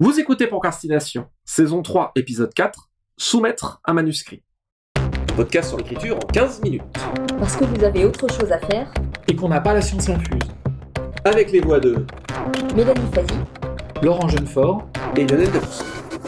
Vous écoutez Procrastination, saison 3, épisode 4, soumettre un manuscrit. Podcast sur l'écriture en 15 minutes. Parce que vous avez autre chose à faire. Et qu'on n'a pas la science infuse. Avec les voix de Mélanie Fazi, Laurent Jeunefort et Lionel Debousse.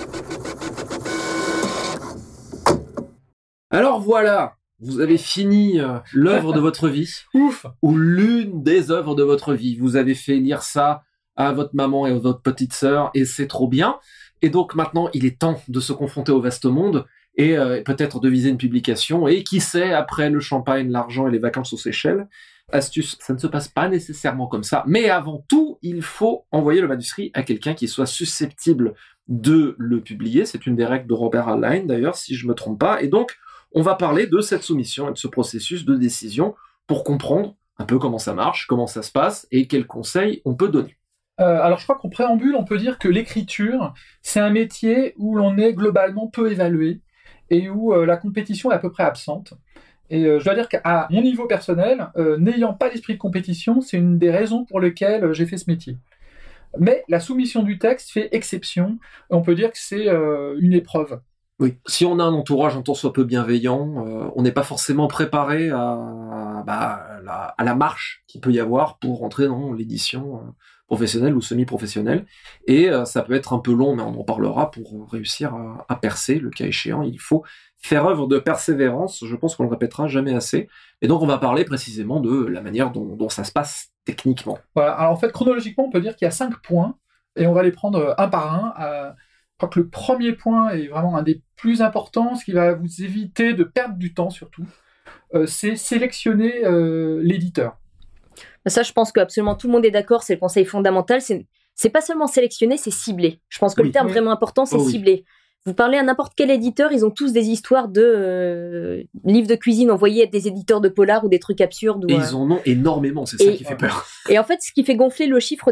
Alors voilà, vous avez fini l'œuvre de votre vie. Ouf. Ou l'une des œuvres de votre vie. Vous avez fait lire ça à votre maman et à votre petite sœur, et c'est trop bien. Et donc maintenant, il est temps de se confronter au vaste monde, et peut-être de viser une publication, et qui sait, après le champagne, l'argent et les vacances aux Seychelles. Astuce, ça ne se passe pas nécessairement comme ça, mais avant tout, il faut envoyer le manuscrit à quelqu'un qui soit susceptible de le publier. C'est une des règles de Robert Heinlein, d'ailleurs, si je me trompe pas. Et donc, on va parler de cette soumission et de ce processus de décision pour comprendre un peu comment ça marche, comment ça se passe, et quels conseils on peut donner. Alors je crois qu'en préambule, on peut dire que l'écriture, c'est un métier où l'on est globalement peu évalué et où la compétition est à peu près absente. Et je dois dire qu'à mon niveau personnel, n'ayant pas l'esprit de compétition, c'est une des raisons pour lesquelles j'ai fait ce métier. Mais la soumission du texte fait exception. On peut dire que c'est une épreuve. Oui. Si on a un entourage un tant soit peu bienveillant, on n'est pas forcément préparé à la marche qu'il peut y avoir pour entrer dans l'édition professionnelle ou semi-professionnelle. Et ça peut être un peu long, mais on en parlera pour réussir à percer, le cas échéant. Il faut faire œuvre de persévérance, je pense qu'on le répétera jamais assez. Et donc on va parler précisément de la manière dont ça se passe techniquement. Voilà. Alors en fait, chronologiquement, on peut dire qu'il y a 5 points, et on va les prendre un par un. Je crois que le premier point est vraiment un des plus importants, ce qui va vous éviter de perdre du temps surtout, c'est sélectionner l'éditeur. ça je pense que absolument tout le monde est d'accord, c'est le conseil fondamental, c'est pas seulement sélectionner, c'est cibler. Je pense que le terme vraiment important, c'est cibler. Vous parlez à n'importe quel éditeur, ils ont tous des histoires de livres de cuisine envoyés à des éditeurs de polar ou des trucs absurdes. Et ils en ont énormément, c'est ça qui fait peur. Et en fait, ce qui fait gonfler le chiffre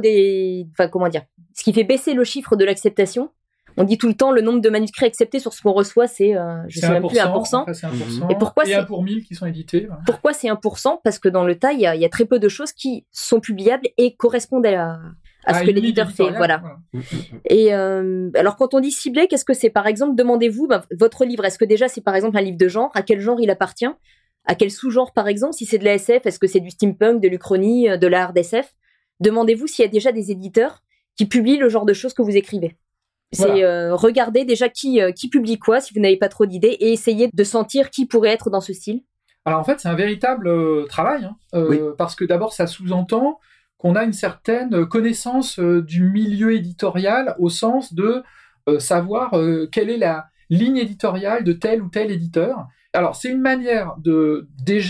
ce qui fait baisser le chiffre de l'acceptation, on dit tout le temps le nombre de manuscrits acceptés sur ce qu'on reçoit, c'est, je sais même plus, 1%. C'est 1%. Et pourquoi c'est 1 pour 1000 qui sont édités. Voilà. Pourquoi c'est 1% ? Parce que dans le tas, il y a très peu de choses qui sont publiables et correspondent à ce que l'éditeur fait. Voilà. Et alors, quand on dit cibler, qu'est-ce que c'est ? Par exemple, demandez-vous, votre livre, est-ce que déjà c'est par exemple un livre de genre ? À quel genre il appartient ? À quel sous-genre, par exemple ? Si c'est de la SF, est-ce que c'est du steampunk, de l'Uchronie, de la hard SF ? Demandez-vous s'il y a déjà des éditeurs qui publient le genre de choses que vous écrivez. C'est regarder déjà qui publie quoi, si vous n'avez pas trop d'idées, et essayer de sentir qui pourrait être dans ce style. Alors en fait, c'est un véritable travail, parce que d'abord, ça sous-entend qu'on a une certaine connaissance du milieu éditorial, au sens de savoir quelle est la ligne éditoriale de tel ou tel éditeur. Alors c'est une manière de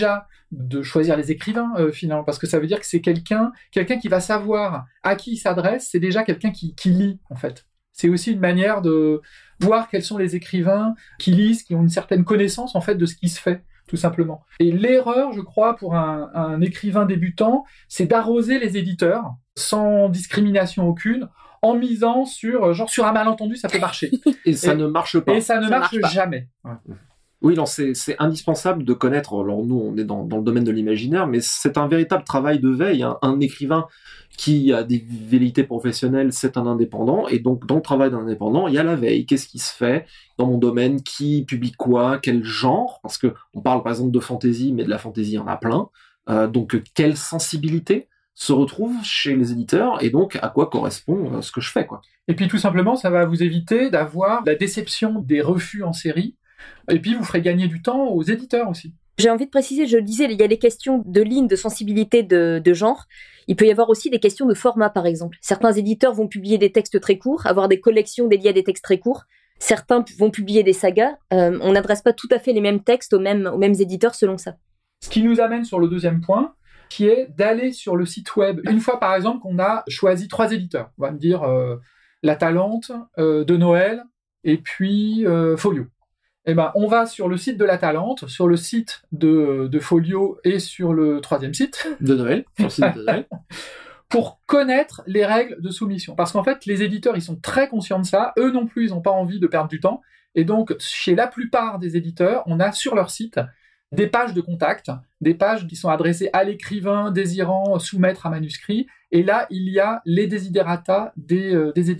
choisir les écrivains finalement, parce que ça veut dire que c'est quelqu'un qui va savoir à qui il s'adresse, c'est déjà quelqu'un qui lit en fait. C'est aussi une manière de voir quels sont les écrivains qui lisent, qui ont une certaine connaissance en fait de ce qui se fait, tout simplement. Et l'erreur, je crois, pour un écrivain débutant, c'est d'arroser les éditeurs sans discrimination aucune, en misant sur un malentendu, ça peut marcher. Et ça ne marche pas. Et ça ne marche jamais. Ouais. Oui, non, c'est indispensable de connaître. Alors nous, on est dans le domaine de l'imaginaire, mais c'est un véritable travail de veille. Un écrivain qui a des velléités professionnelles, c'est un indépendant, et donc dans le travail d'un indépendant, il y a la veille. Qu'est-ce qui se fait dans mon domaine ? Qui publie quoi ? Quel genre ? Parce que on parle par exemple de fantaisie, mais de la fantaisie, il y en a plein. Donc quelle sensibilité se retrouve chez les éditeurs, et donc à quoi correspond ce que je fais, quoi. Et puis tout simplement, ça va vous éviter d'avoir la déception des refus en série. Et puis, vous ferez gagner du temps aux éditeurs aussi. J'ai envie de préciser, je le disais, il y a les questions de ligne, de sensibilité, de genre. Il peut y avoir aussi des questions de format, par exemple. Certains éditeurs vont publier des textes très courts, avoir des collections dédiées à des textes très courts. Certains vont publier des sagas. On n'adresse pas tout à fait les mêmes textes aux mêmes éditeurs selon ça. Ce qui nous amène sur le deuxième point, qui est d'aller sur le site web. Une fois, par exemple, qu'on a choisi 3 éditeurs. On va me dire La Talente, de Noël, et puis Folio. Eh ben, on va sur le site de La Talente, sur le site de Folio et sur le 3e site de Noël, sur le site de Noël, pour connaître les règles de soumission. Parce qu'en fait, les éditeurs, ils sont très conscients de ça. Eux non plus, ils n'ont pas envie de perdre du temps. Et donc, chez la plupart des éditeurs, on a sur leur site des pages de contact, des pages qui sont adressées à l'écrivain désirant soumettre un manuscrit. Et là, il y a les desiderata des éditeurs.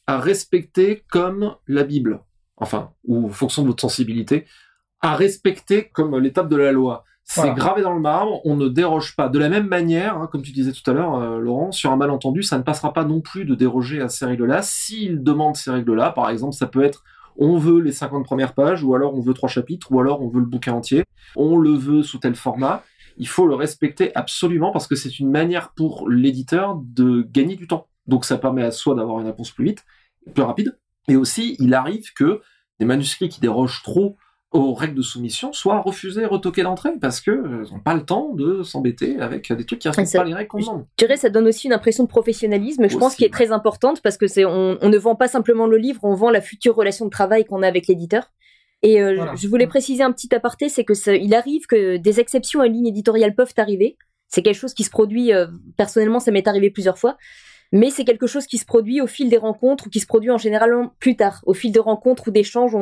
à respecter comme la Bible, enfin, ou en fonction de votre sensibilité, à respecter comme l'étape de la loi. C'est gravé dans le marbre, on ne déroge pas. De la même manière, comme tu disais tout à l'heure, Laurent, sur un malentendu, ça ne passera pas non plus de déroger à ces règles-là. S'il demande ces règles-là, par exemple, ça peut être on veut les 50 premières pages, ou alors on veut 3 chapitres, ou alors on veut le bouquin entier, on le veut sous tel format. Il faut le respecter absolument parce que c'est une manière pour l'éditeur de gagner du temps. Donc ça permet à soi d'avoir une réponse plus vite, plus rapide. Et aussi, il arrive que des manuscrits qui dérogent trop aux règles de soumission soient refusés et retoqués d'entrée parce qu'ils n'ont pas le temps de s'embêter avec des trucs qui ne respectent pas les règles qu'on demande. Je dirais ça donne aussi une impression de professionnalisme, je pense, qui est très importante parce que on ne vend pas simplement le livre, on vend la future relation de travail qu'on a avec l'éditeur. Et je voulais préciser un petit aparté, c'est que il arrive que des exceptions à ligne éditoriale peuvent arriver. C'est quelque chose qui se produit, personnellement, ça m'est arrivé plusieurs fois. Mais c'est quelque chose qui se produit au fil des rencontres ou qui se produit en général plus tard. Au fil de rencontres ou d'échanges,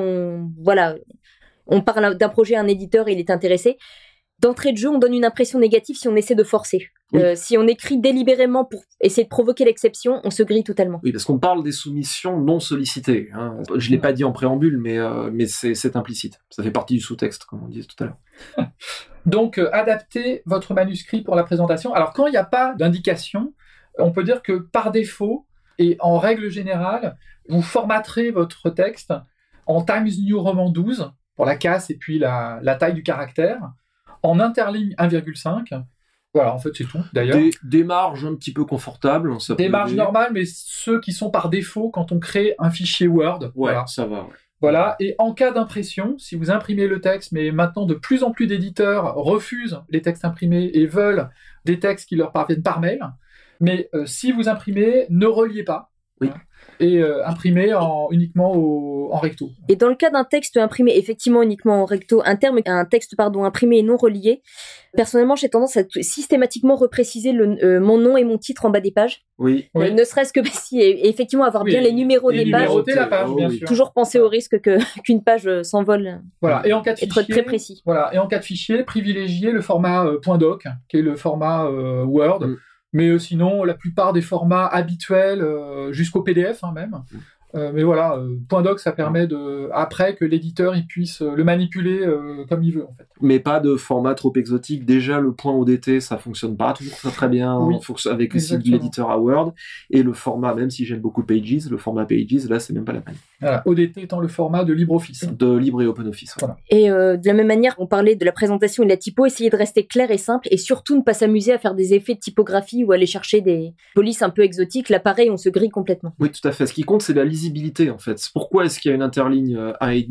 on parle d'un projet à un éditeur et il est intéressé. D'entrée de jeu, on donne une impression négative si on essaie de forcer. Oui. Si on écrit délibérément pour essayer de provoquer l'exception, on se grille totalement. Oui, parce qu'on parle des soumissions non sollicitées. Hein. Je ne l'ai pas dit en préambule, mais c'est implicite. Ça fait partie du sous-texte, comme on disait tout à l'heure. Donc, adaptez votre manuscrit pour la présentation. Alors, quand il n'y a pas d'indication, on peut dire que par défaut, et en règle générale, vous formaterez votre texte en Times New Roman 12, pour la casse et puis la taille du caractère, en interligne 1,5. Voilà, en fait, c'est tout, d'ailleurs. Des marges un petit peu confortables. Des marges normales, mais ceux qui sont par défaut quand on crée un fichier Word. Ouais, voilà. Ça va. Ouais. Voilà, et en cas d'impression, si vous imprimez le texte, mais maintenant de plus en plus d'éditeurs refusent les textes imprimés et veulent des textes qui leur parviennent par mail, mais si vous imprimez, ne reliez pas. Oui. Et imprimé uniquement en recto. Et dans le cas d'un texte imprimé effectivement uniquement en recto, un texte imprimé et non relié, personnellement j'ai tendance à systématiquement repréciser mon nom et mon titre en bas des pages. Oui. Ne serait-ce que si effectivement avoir bien les numéros des pages. La page, bien sûr. Toujours penser au risque qu'une page s'envole. Voilà. Et en cas de fichier, être très précis. Voilà. Et en cas de fichier, privilégier le format .doc, qui est le format Word. Mais sinon, la plupart des formats habituels, jusqu'au PDF même. Mais voilà, .doc, ça permet après que l'éditeur il puisse le manipuler comme il veut en fait. Mais pas de format trop exotique. Déjà, le .odt, ça fonctionne pas toujours très bien avec le site de l'éditeur à Word. Et le format, même si j'aime beaucoup Pages, le format Pages, là, c'est même pas la peine. Voilà, ODT étant le format de LibreOffice. De Libre et OpenOffice. Voilà. Et de la même manière, on parlait de la présentation et de la typo, essayer de rester clair et simple et surtout ne pas s'amuser à faire des effets de typographie ou aller chercher des polices un peu exotiques. Là, pareil, on se grille complètement. Oui, tout à fait. Ce qui compte, c'est la lisibilité, en fait. Pourquoi est-ce qu'il y a une interligne 1,5 ?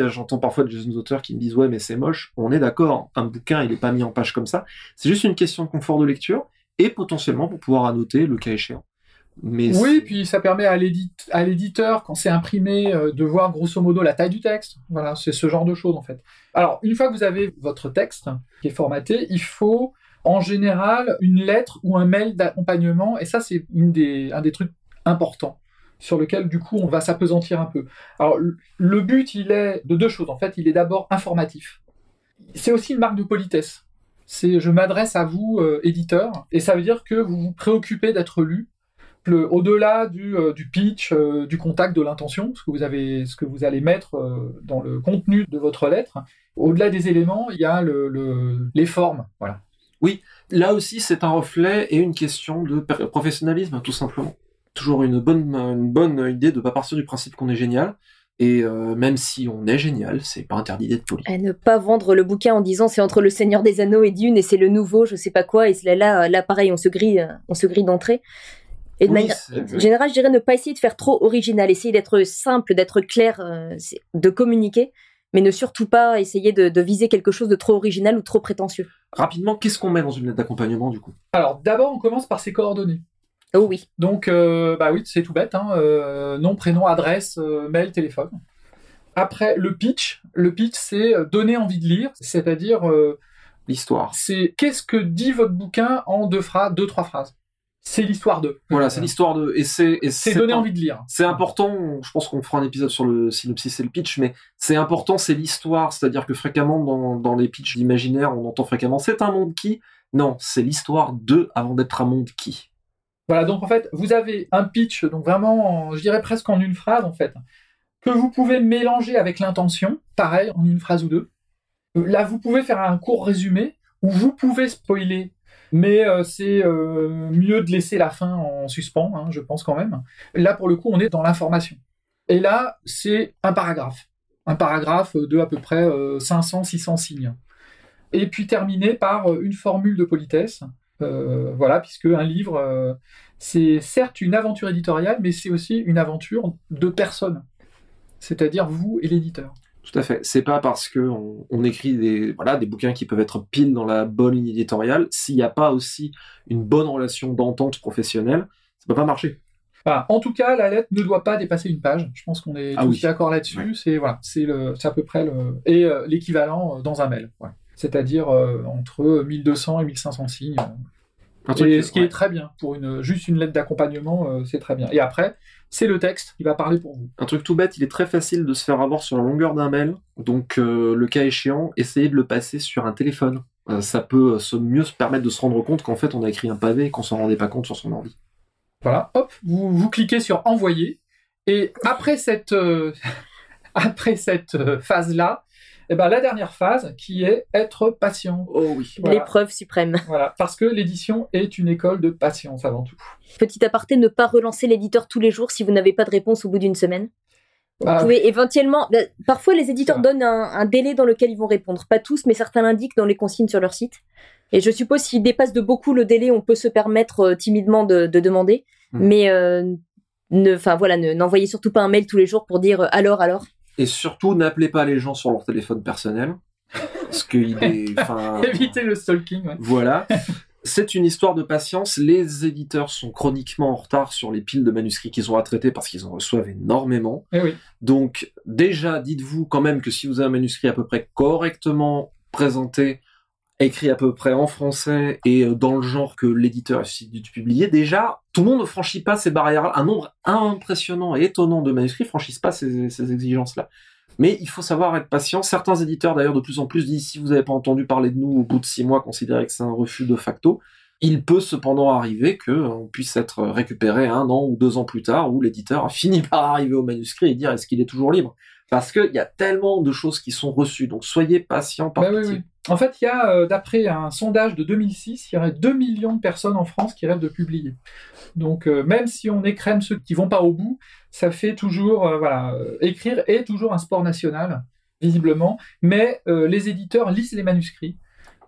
J'entends parfois des jeunes auteurs qui me disent « Ouais, mais c'est moche ». On est d'accord, un bouquin, il n'est pas mis en page comme ça. C'est juste une question de confort de lecture et potentiellement pour pouvoir annoter le cas échéant. Mais oui, puis ça permet à l'éditeur, quand c'est imprimé, de voir grosso modo la taille du texte. Voilà, c'est ce genre de choses en fait. Alors, une fois que vous avez votre texte qui est formaté, il faut en général une lettre ou un mail d'accompagnement, et ça c'est un des trucs importants sur lequel du coup on va s'apesantir un peu. Alors, le but il est de deux choses en fait. Il est d'abord informatif. C'est aussi une marque de politesse. Je m'adresse à vous, éditeur, et ça veut dire que vous vous préoccupez d'être lu. Au-delà du pitch, du contact, de l'intention, ce que vous allez mettre dans le contenu de votre lettre, au-delà des éléments, il y a les formes. Voilà. Oui, là aussi, c'est un reflet et une question de professionnalisme, tout simplement. Toujours une bonne idée de ne pas partir du principe qu'on est génial. Et même si on est génial, c'est pas interdit d'être poli. Et ne pas vendre le bouquin en disant c'est entre le Seigneur des Anneaux et Dune et c'est le nouveau, je sais pas quoi, et là pareil, on se grille d'entrée. Et de manière générale, je dirais ne pas essayer de faire trop original, essayer d'être simple, d'être clair, de communiquer, mais ne surtout pas essayer de viser quelque chose de trop original ou trop prétentieux. Rapidement, qu'est-ce qu'on met dans une lettre d'accompagnement du coup ? Alors d'abord, on commence par ses coordonnées. Oh oui. Donc, oui, c'est tout bête, nom, prénom, adresse, mail, téléphone. Après, le pitch, c'est donner envie de lire, c'est-à-dire l'histoire. C'est qu'est-ce que dit votre bouquin en 2-3 phrases. C'est l'histoire de. Voilà, c'est l'histoire de. Et c'est donner envie de lire. C'est important, je pense qu'on fera un épisode sur le synopsis et le pitch, mais c'est important, c'est l'histoire. C'est-à-dire que fréquemment, dans les pitchs d'imaginaire, on entend fréquemment « c'est un monde qui ». Non, c'est l'histoire de avant d'être un monde qui. Voilà, donc en fait, vous avez un pitch, donc vraiment, je dirais presque en une phrase, en fait, que vous pouvez mélanger avec l'intention, pareil, en une phrase ou deux. Là, vous pouvez faire un court résumé, où vous pouvez spoiler, mais c'est mieux de laisser la fin en suspens, hein, je pense quand même. Là, pour le coup, on est dans l'information. Et là, c'est un paragraphe de à peu près 500-600 signes. Et puis terminé par une formule de politesse, voilà, puisque un livre, c'est certes une aventure éditoriale, mais c'est aussi une aventure de personne, c'est-à-dire vous et l'éditeur. Tout à fait. C'est pas parce que on écrit des bouquins qui peuvent être pile dans la bonne ligne éditoriale, s'il n'y a pas aussi une bonne relation d'entente professionnelle, ça peut pas marcher. Voilà. En tout cas, la lettre ne doit pas dépasser une page. Je pense qu'on est tous d'accord là-dessus. Ouais. C'est à peu près l'équivalent dans un mail. Ouais. C'est-à-dire entre 1200 et 1500 signes. Ce qui est très bien. Pour juste une lettre d'accompagnement, c'est très bien. Et après, c'est le texte qui va parler pour vous. Un truc tout bête, il est très facile de se faire avoir sur la longueur d'un mail. Donc, le cas échéant, essayez de le passer sur un téléphone. Ça peut mieux se permettre de se rendre compte qu'en fait, on a écrit un pavé et qu'on s'en rendait pas compte sur son ordi. Voilà, hop, vous cliquez sur envoyer. Et après cette phase-là, la dernière phase qui est être patient. Oh oui. Voilà. L'épreuve suprême. Voilà, parce que l'édition est une école de patience avant tout. Petit aparté, ne pas relancer l'éditeur tous les jours si vous n'avez pas de réponse au bout d'une semaine. Vous pouvez éventuellement... Parfois, les éditeurs donnent un délai dans lequel ils vont répondre. Pas tous, mais certains l'indiquent dans les consignes sur leur site. Et je suppose s'ils dépassent de beaucoup le délai, on peut se permettre timidement de demander. Mais n'envoyez surtout pas un mail tous les jours pour dire alors. Et surtout, n'appelez pas les gens sur leur téléphone personnel. Parce qu'il est... Évitez le stalking. Ouais. Voilà. C'est une histoire de patience. Les éditeurs sont chroniquement en retard sur les piles de manuscrits qu'ils ont à traiter parce qu'ils en reçoivent énormément. Eh oui. Donc, déjà, dites-vous quand même que si vous avez un manuscrit à peu près correctement présenté, écrit à peu près en français et dans le genre que l'éditeur a décidé de publier, déjà, tout le monde ne franchit pas ces barrières-là. Un nombre impressionnant et étonnant de manuscrits ne franchissent pas ces exigences-là. Mais il faut savoir être patient. Certains éditeurs, d'ailleurs, de plus en plus disent, si vous n'avez pas entendu parler de nous au bout de 6 mois, considérez que c'est un refus de facto. Il peut cependant arriver qu'on puisse être récupéré 1 an ou 2 ans plus tard, où l'éditeur a fini par arriver au manuscrit et dire est-ce qu'il est toujours libre. Parce qu'il y a tellement de choses qui sont reçues, donc soyez patient par pitié. Oui. En fait, il y a, d'après un sondage de 2006, il y aurait 2 millions de personnes en France qui rêvent de publier. Donc, même si on écrème ceux qui vont pas au bout, ça fait toujours, écrire est toujours un sport national, visiblement, mais les éditeurs lisent les manuscrits,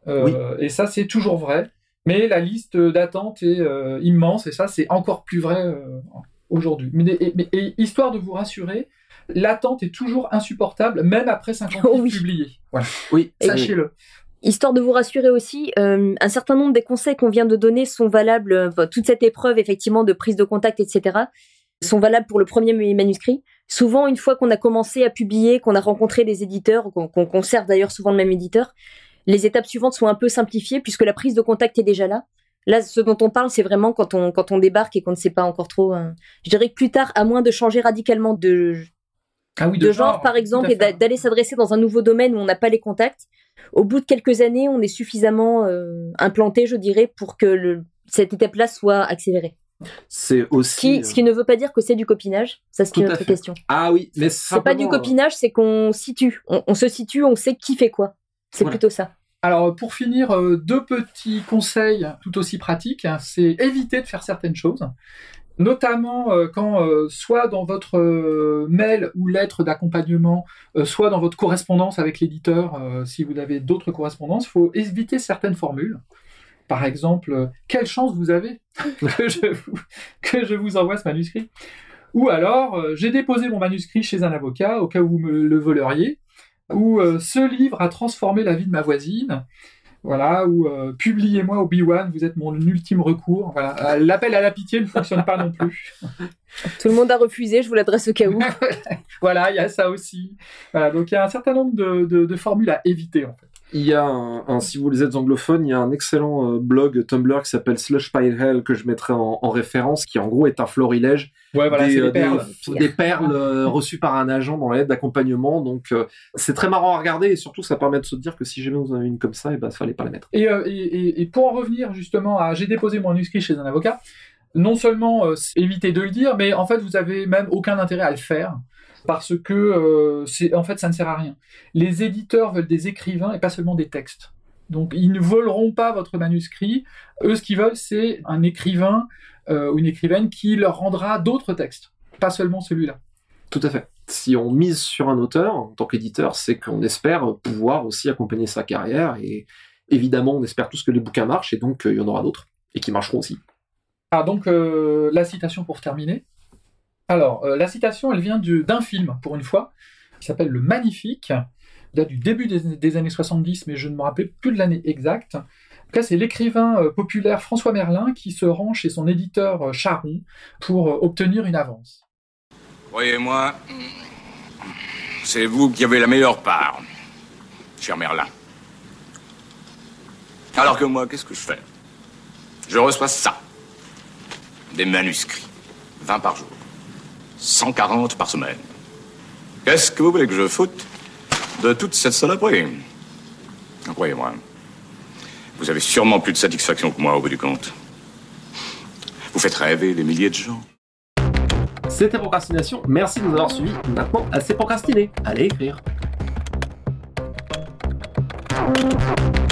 et ça, c'est toujours vrai, mais la liste d'attente est immense, et ça, c'est encore plus vrai aujourd'hui. Mais histoire de vous rassurer, l'attente est toujours insupportable, même après 50 livres publiés. Voilà. Oui, sachez-le. Histoire de vous rassurer aussi, un certain nombre des conseils qu'on vient de donner sont valables, toute cette épreuve effectivement de prise de contact, etc., sont valables pour le premier manuscrit. Souvent, une fois qu'on a commencé à publier, qu'on a rencontré des éditeurs, qu'on conserve d'ailleurs souvent le même éditeur, les étapes suivantes sont un peu simplifiées puisque la prise de contact est déjà là. Là, ce dont on parle, c'est vraiment quand on débarque et qu'on ne sait pas encore trop. Je dirais que plus tard, à moins de changer radicalement de genre, par exemple, et d'aller s'adresser dans un nouveau domaine où on n'a pas les contacts, au bout de quelques années, on est suffisamment implanté, je dirais, pour que cette étape-là soit accélérée. C'est aussi... Ce qui ne veut pas dire que c'est du copinage, ça c'est une autre question. Ah oui, mais c'est pas du copinage, c'est qu'on situe. On se situe, on sait qui fait quoi. C'est plutôt ça. Alors, pour finir, 2 petits conseils tout aussi pratiques, hein, c'est éviter de faire certaines choses. Notamment quand, soit dans votre mail ou lettre d'accompagnement, soit dans votre correspondance avec l'éditeur, si vous avez d'autres correspondances, il faut éviter certaines formules. Par exemple, quelle chance vous avez que je vous envoie ce manuscrit. Ou alors, j'ai déposé mon manuscrit chez un avocat au cas où vous me le voleriez. Ou ce livre a transformé la vie de ma voisine. Voilà, ou publiez-moi Obi-Wan, vous êtes mon ultime recours. Voilà. L'appel à la pitié ne fonctionne pas non plus. Tout le monde a refusé, je vous l'adresse au cas où. Voilà, il y a ça aussi. Voilà, donc il y a un certain nombre de formules à éviter en fait. Il y a si vous êtes anglophone, il y a un excellent blog Tumblr qui s'appelle Slushpile que je mettrai en référence, qui en gros est un florilège des perles reçues par un agent dans la lettre d'accompagnement. Donc c'est très marrant à regarder et surtout ça permet de se dire que si jamais vous en avez une comme ça, il fallait pas la mettre. Et pour en revenir justement à j'ai déposé mon manuscrit chez un avocat, non seulement évitez de le dire, mais en fait, vous avez même aucun intérêt à le faire, parce que en fait, ça ne sert à rien. Les éditeurs veulent des écrivains et pas seulement des textes. Donc, ils ne voleront pas votre manuscrit. Eux, ce qu'ils veulent, c'est un écrivain ou une écrivaine qui leur rendra d'autres textes, pas seulement celui-là. Tout à fait. Si on mise sur un auteur, en tant qu'éditeur, c'est qu'on espère pouvoir aussi accompagner sa carrière, et évidemment, on espère tous que les bouquins marchent, et donc il y en aura d'autres, et qui marcheront aussi. Ah, donc, la citation pour terminer. Alors, la citation, elle vient d'un film, pour une fois, qui s'appelle Le Magnifique, date du début des années 70, mais je ne me rappelle plus de l'année exacte. En tout cas, c'est l'écrivain populaire François Merlin qui se rend chez son éditeur Charon pour obtenir une avance. Croyez-moi, c'est vous qui avez la meilleure part, cher Merlin. Alors que moi, qu'est-ce que je fais? Je reçois ça. Des manuscrits. 20 par jour. 140 par semaine. Qu'est-ce que vous voulez que je foute de toute cette saloperie? Croyez-moi, vous avez sûrement plus de satisfaction que moi au bout du compte. Vous faites rêver des milliers de gens. C'était Procrastination, merci de nous avoir suivis. Maintenant, assez procrastiné. Allez écrire.